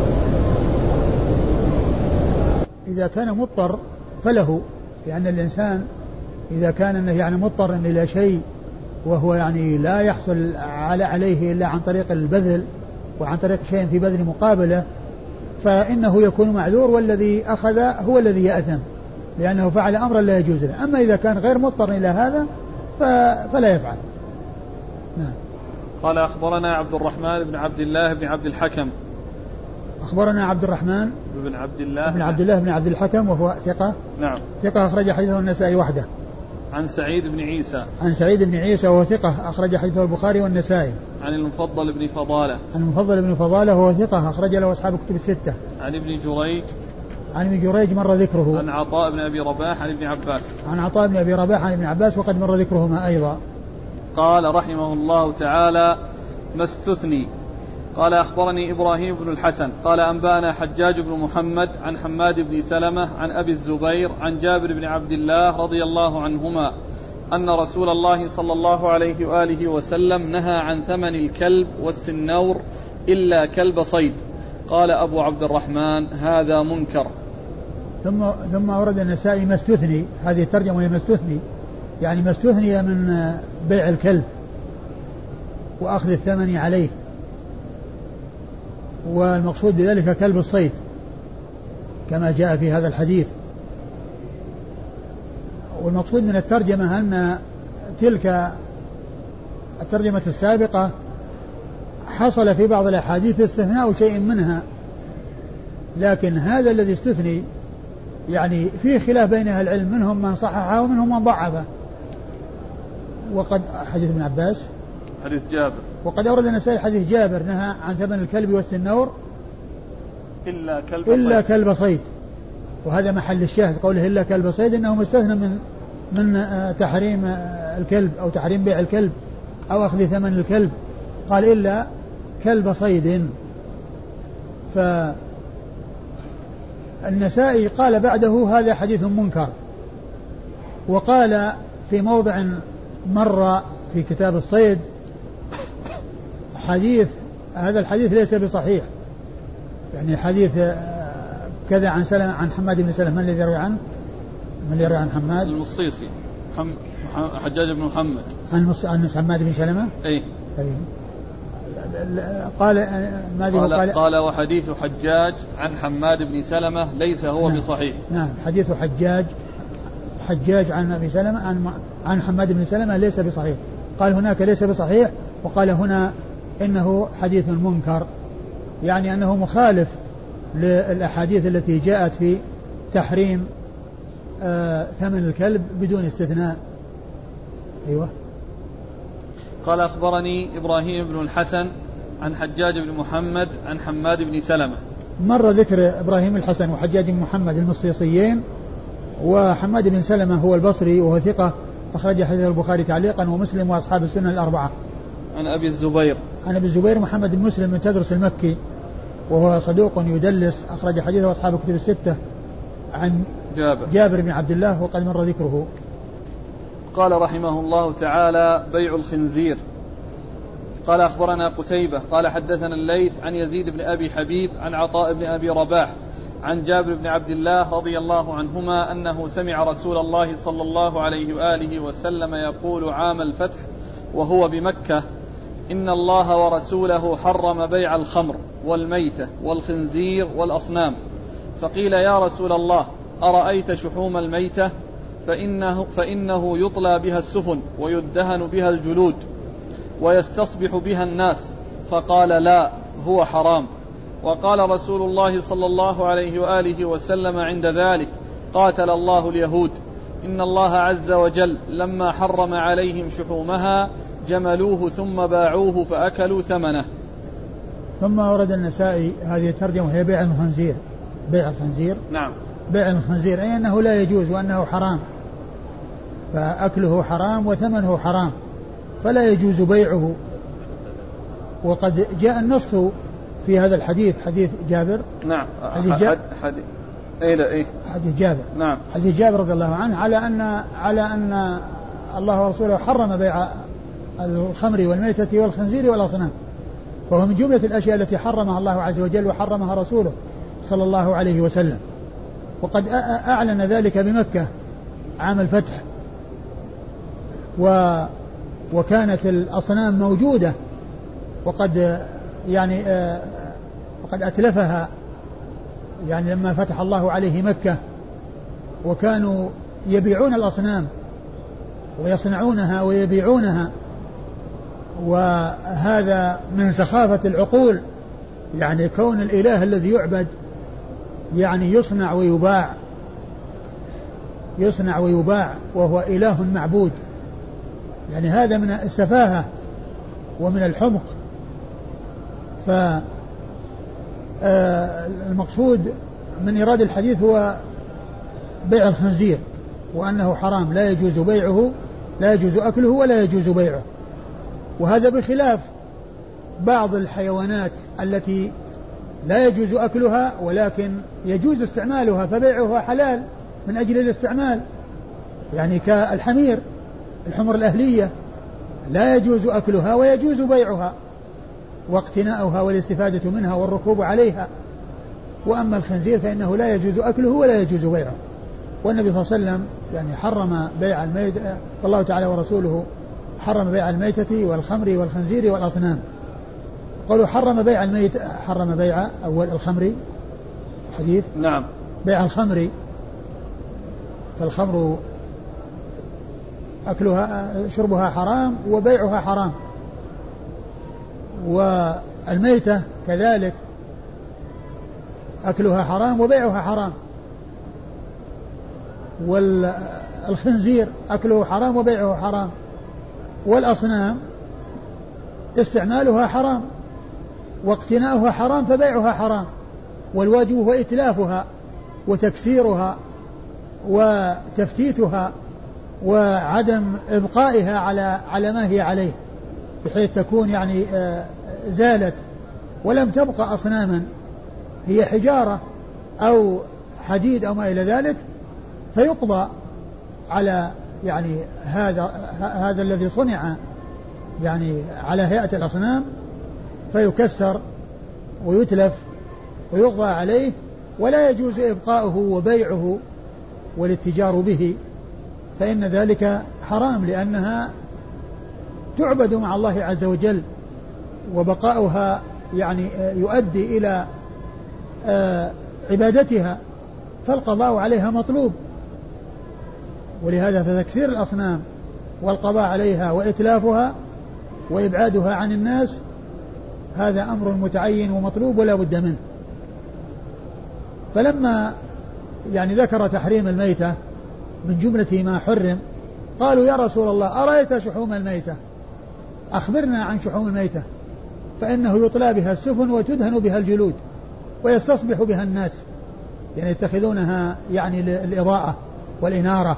إذا كان مضطر فله، لأن الإنسان إذا كان يعني مضطر إلى شيء وهو يعني لا يحصل على عليه إلا عن طريق البذل وعن طريق شيء في بذل مقابلة، فإنه يكون معذور، والذي أخذ هو الذي يأثم لأنه فعل أمرا لا يجوز له. أما إذا كان غير مضطر إلى هذا فلا يفعل. نعم. قال أخبرنا عبد الرحمن بن عبد الله بن عبد الحكم. أخبرنا عبد الرحمن بن عبد الله بن عبد الله بن عبد الحكم وهو ثقة. نعم. ثقة أخرج حديثه النسائي وحده. عن سعيد بن عيسى. عن سعيد بن عيسى وهو ثقة أخرج حديثه البخاري والنسائي. عن المفضل بن فضالة. عن المفضل بن فضالة وهو ثقة أخرج له أصحاب الكتب الستة. عن ابن جريج. عن ابن جريج مر ذكره. عن عطاء بن أبي رباح عن ابن عباس. عن عطاء بن أبي رباح عن ابن عباس وقد مر ذكرهما أيضا. قال رحمه الله تعالى: ما استثني. قال أخبرني إبراهيم بن الحسن قال أنبأنا حجاج بن محمد عن حماد بن سلمة عن أبي الزبير عن جابر بن عبد الله رضي الله عنهما أن رسول الله صلى الله عليه وآله وسلم نهى عن ثمن الكلب والسنور إلا كلب صيد. قال أبو عبد الرحمن: هذا منكر. ثم ثم ورد النسائي ما استثني، هذه الترجمة هي ما استثني، يعني ما استثني من بيع الكلب وأخذ الثمن عليه، والمقصود بذلك كلب الصيد كما جاء في هذا الحديث. والمقصود من الترجمة أن تلك الترجمة السابقة حصل في بعض الأحاديث استثناء شيء منها، لكن هذا الذي استثني يعني فيه خلاف بين أهل العلم، منهم من صححه ومنهم من ضعفه. وقد حديث ابن عباس حديث جابر، وقد أورد النسائي حديث جابر نهى عن ثمن الكلب والسنور إلا كلب إلا صيد. كلب صيد، وهذا محل الشاهد قوله إلا كلب صيد، إنه مستثنى من من تحريم الكلب أو تحريم بيع الكلب أو أخذ ثمن الكلب، قال إلا كلب صيد. فالنسائي قال بعده هذا حديث منكر، وقال في موضع مر في كتاب الصيد حديث هذا الحديث ليس بصحيح، يعني حديث كذا عن سلمة عن حماد بن سلمة. من الذي يروي عنه؟ من الذي يروي عن حماد؟ المصيصي حم... حجاج بن محمد عن مص... عن حماد بن سلمة. أي أي. قال ماذا قال, قال قال وحديث حجاج عن حماد بن سلمة ليس هو نعم بصحيح. نعم حديث حجاج حجاج عن أبي سلمة عن عن حماد بن سلمة ليس بصحيح. قال هناك ليس بصحيح، وقال هنا إنه حديث منكر، يعني أنه مخالف للأحاديث التي جاءت في تحريم آه ثمن الكلب بدون استثناء. أيوة. قال أخبرني إبراهيم بن الحسن عن حجاج بن محمد عن حماد بن سلمة. مر ذكر إبراهيم الحسن وحجاج بن محمد المصيصيين، وحماد بن سلمة هو البصري وهو ثقة أخرج حديث البخاري تعليقا ومسلم وأصحاب السنن الأربعة. عن أبي الزبير عن أبي الزبير محمد بن مسلم من تدرس المكي وهو صدوق يدلس أخرج حديثه أصحاب الكتب الستة. عن جابر جابر بن عبد الله وقد مر ذكره. قال رحمه الله تعالى بيع الخنزير. قال أخبرنا قتيبة قال حدثنا الليث عن يزيد بن أبي حبيب عن عطاء بن أبي رباح عن جابر بن عبد الله رضي الله عنهما أنه سمع رسول الله صلى الله عليه وآله وسلم يقول عام الفتح وهو بمكة: إن الله ورسوله حرم بيع الخمر والميتة والخنزير والأصنام. فقيل يا رسول الله أرأيت شحوم الميتة؟ فإنه, فإنه يطلى بها السفن ويدهن بها الجلود ويستصبح بها الناس. فقال لا، هو حرام. وقال رسول الله صلى الله عليه وآله وسلم عند ذلك: قاتل الله اليهود، إن الله عز وجل لما حرم عليهم شحومها جملوه ثم باعوه فأكلوا ثمنه. ثم ورد النسائي هذه الترجمة وهي بيع الخنزير. بيع الخنزير نعم بيع الخنزير أي أنه لا يجوز وأنه حرام، فأكله حرام وثمنه حرام فلا يجوز بيعه. وقد جاء النص في هذا الحديث حديث جابر. نعم حديث جابر حديث إيه لا إيه حديث جابر نعم حديث جابر رضي الله عنه على أن على أن الله ورسوله حرم بيع الخمر والميتة والخنزير والأصنام، وهو من جملة الأشياء التي حرمها الله عز وجل وحرمها رسوله صلى الله عليه وسلم. وقد أعلن ذلك بمكة عام الفتح، و وكانت الأصنام موجودة وقد يعني وقد أتلفها يعني لما فتح الله عليه مكة، وكانوا يبيعون الأصنام ويصنعونها ويبيعونها، وهذا من سخافة العقول، يعني كون الإله الذي يعبد يعني يصنع ويباع يصنع ويباع وهو إله معبود، يعني هذا من السفاهة ومن الحمق. فالمقصود من إيراد الحديث هو بيع الخنزير، وأنه حرام لا يجوز بيعه، لا يجوز أكله ولا يجوز بيعه. وهذا بخلاف بعض الحيوانات التي لا يجوز أكلها ولكن يجوز استعمالها، فبيعها حلال من أجل الاستعمال، يعني كالحمير، الحمر الأهلية لا يجوز أكلها ويجوز بيعها واقتناؤها والاستفادة منها والركوب عليها. وأما الخنزير فإنه لا يجوز أكله ولا يجوز بيعه. والنبي صلى الله عليه وسلم يعني حرم بيع الميت، والله تعالى ورسوله حرم بيع الميتة والخمر والخنزير والأصنام. قالوا حرم بيع الميت حرم بيع أول الخمر حديث نعم بيع الخمر، فالخمر أكلها شربها حرام وبيعها حرام، والميتة كذلك أكلها حرام وبيعها حرام، والخنزير أكله حرام وبيعه حرام، والأصنام استعمالها حرام واقتناؤها حرام فبيعها حرام، والواجب هو إتلافها وتكسيرها وتفتيتها وعدم إبقائها على على ما هي عليه، بحيث تكون يعني زالت ولم تبقى أصناما هي حجارة أو حديد أو ما إلى ذلك، فيقضى على يعني هذا هذا الذي صنع يعني على هيئة الأصنام، فيكسر ويتلف ويقضى عليه، ولا يجوز إبقاؤه وبيعه والاتجار به، فإن ذلك حرام، لأنها تعبد مع الله عز وجل، وبقاؤها يعني يؤدي إلى عبادتها، فالقضاء عليها مطلوب. ولهذا فتكسير الأصنام والقضاء عليها وإتلافها وإبعادها عن الناس هذا أمر متعين ومطلوب ولا بد منه. فلما يعني ذكر تحريم الميتة من جملة ما حرم، قالوا يا رسول الله أرأيت شحوم الميتة، أخبرنا عن شحوم الميتة، فإنه يطلى بها السفن وتدهن بها الجلود ويستصبح بها الناس، يعني يتخذونها يعني للإضاءة والإنارة.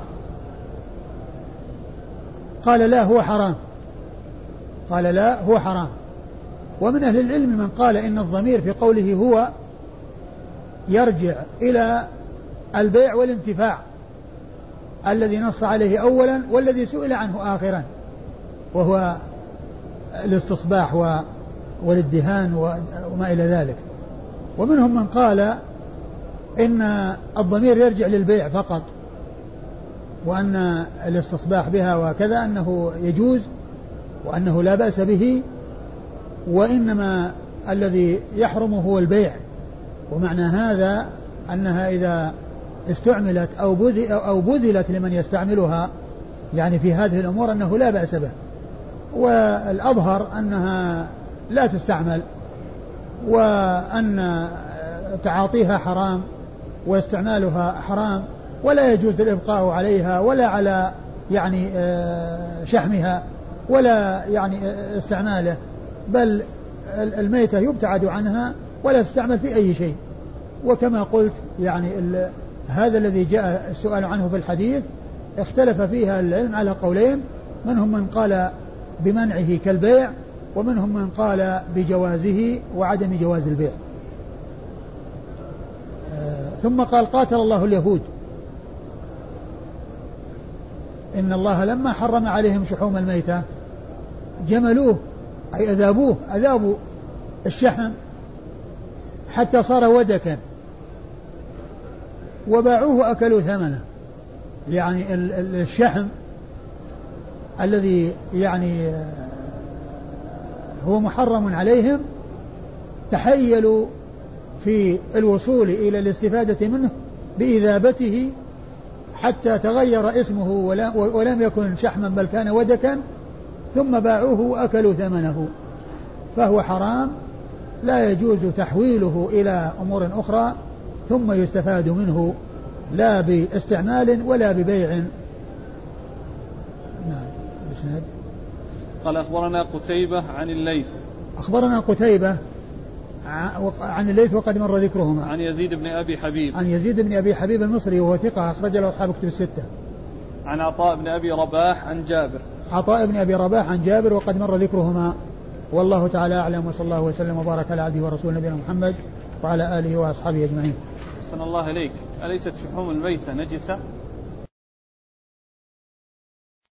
قال لا هو حرام، قال لا هو حرام. ومن أهل العلم من قال إن الضمير في قوله هو يرجع إلى البيع والانتفاع الذي نص عليه أولا والذي سئل عنه آخرا، وهو الاستصباح والادهان وما إلى ذلك. ومنهم من قال إن الضمير يرجع للبيع فقط، وأن الاستصباح بها وكذا أنه يجوز وأنه لا بأس به، وإنما الذي يحرم هو البيع. ومعنى هذا أنها إذا استعملت أو بذلت لمن يستعملها يعني في هذه الأمور أنه لا بأس به، والأظهر أنها لا تستعمل، وأن تعاطيها حرام واستعمالها حرام، ولا يجوز الإبقاء عليها ولا على يعني شحمها ولا يعني استعماله، بل الميتة يبتعد عنها ولا تستعمل في أي شيء. وكما قلت يعني هذا الذي جاء السؤال عنه في الحديث اختلف فيها العلم على قولين، منهم من قال بمنعه كالبيع، ومنهم من قال بجوازه وعدم جواز البيع. آه ثم قال قاتل الله اليهود، إن الله لما حرم عليهم شحوم الميتة جملوه أي أذابوه أذابوا الشحم حتى صار ودكا وباعوه أكلوا ثمنه. يعني الشحم الذي يعني هو محرم عليهم تحيلوا في الوصول إلى الاستفادة منه بإذابته حتى تغير اسمه ولم يكن شحما بل كان ودكا، ثم باعوه وأكلوا ثمنه، فهو حرام لا يجوز تحويله إلى أمور أخرى ثم يستفاد منه لا باستعمال ولا ببيع. نعم. بسند. قال أخبرنا قتيبة عن الليث أخبرنا قتيبة عن الليث وقد مر ذكرهما عن يزيد بن أبي حبيب عن يزيد بن أبي حبيب المصري وهو ثقة أخرج له أصحاب كتب الستة. عن عطاء بن أبي رباح عن جابر عطاء بن أبي رباح عن جابر وقد مر ذكرهما. والله تعالى أعلم، وصلى الله وسلم وبارك على عبده ورسوله نبينا محمد وعلى آله وأصحابه أجمعين. أحسن الله إليك، أليست شحوم الميتة نجسة؟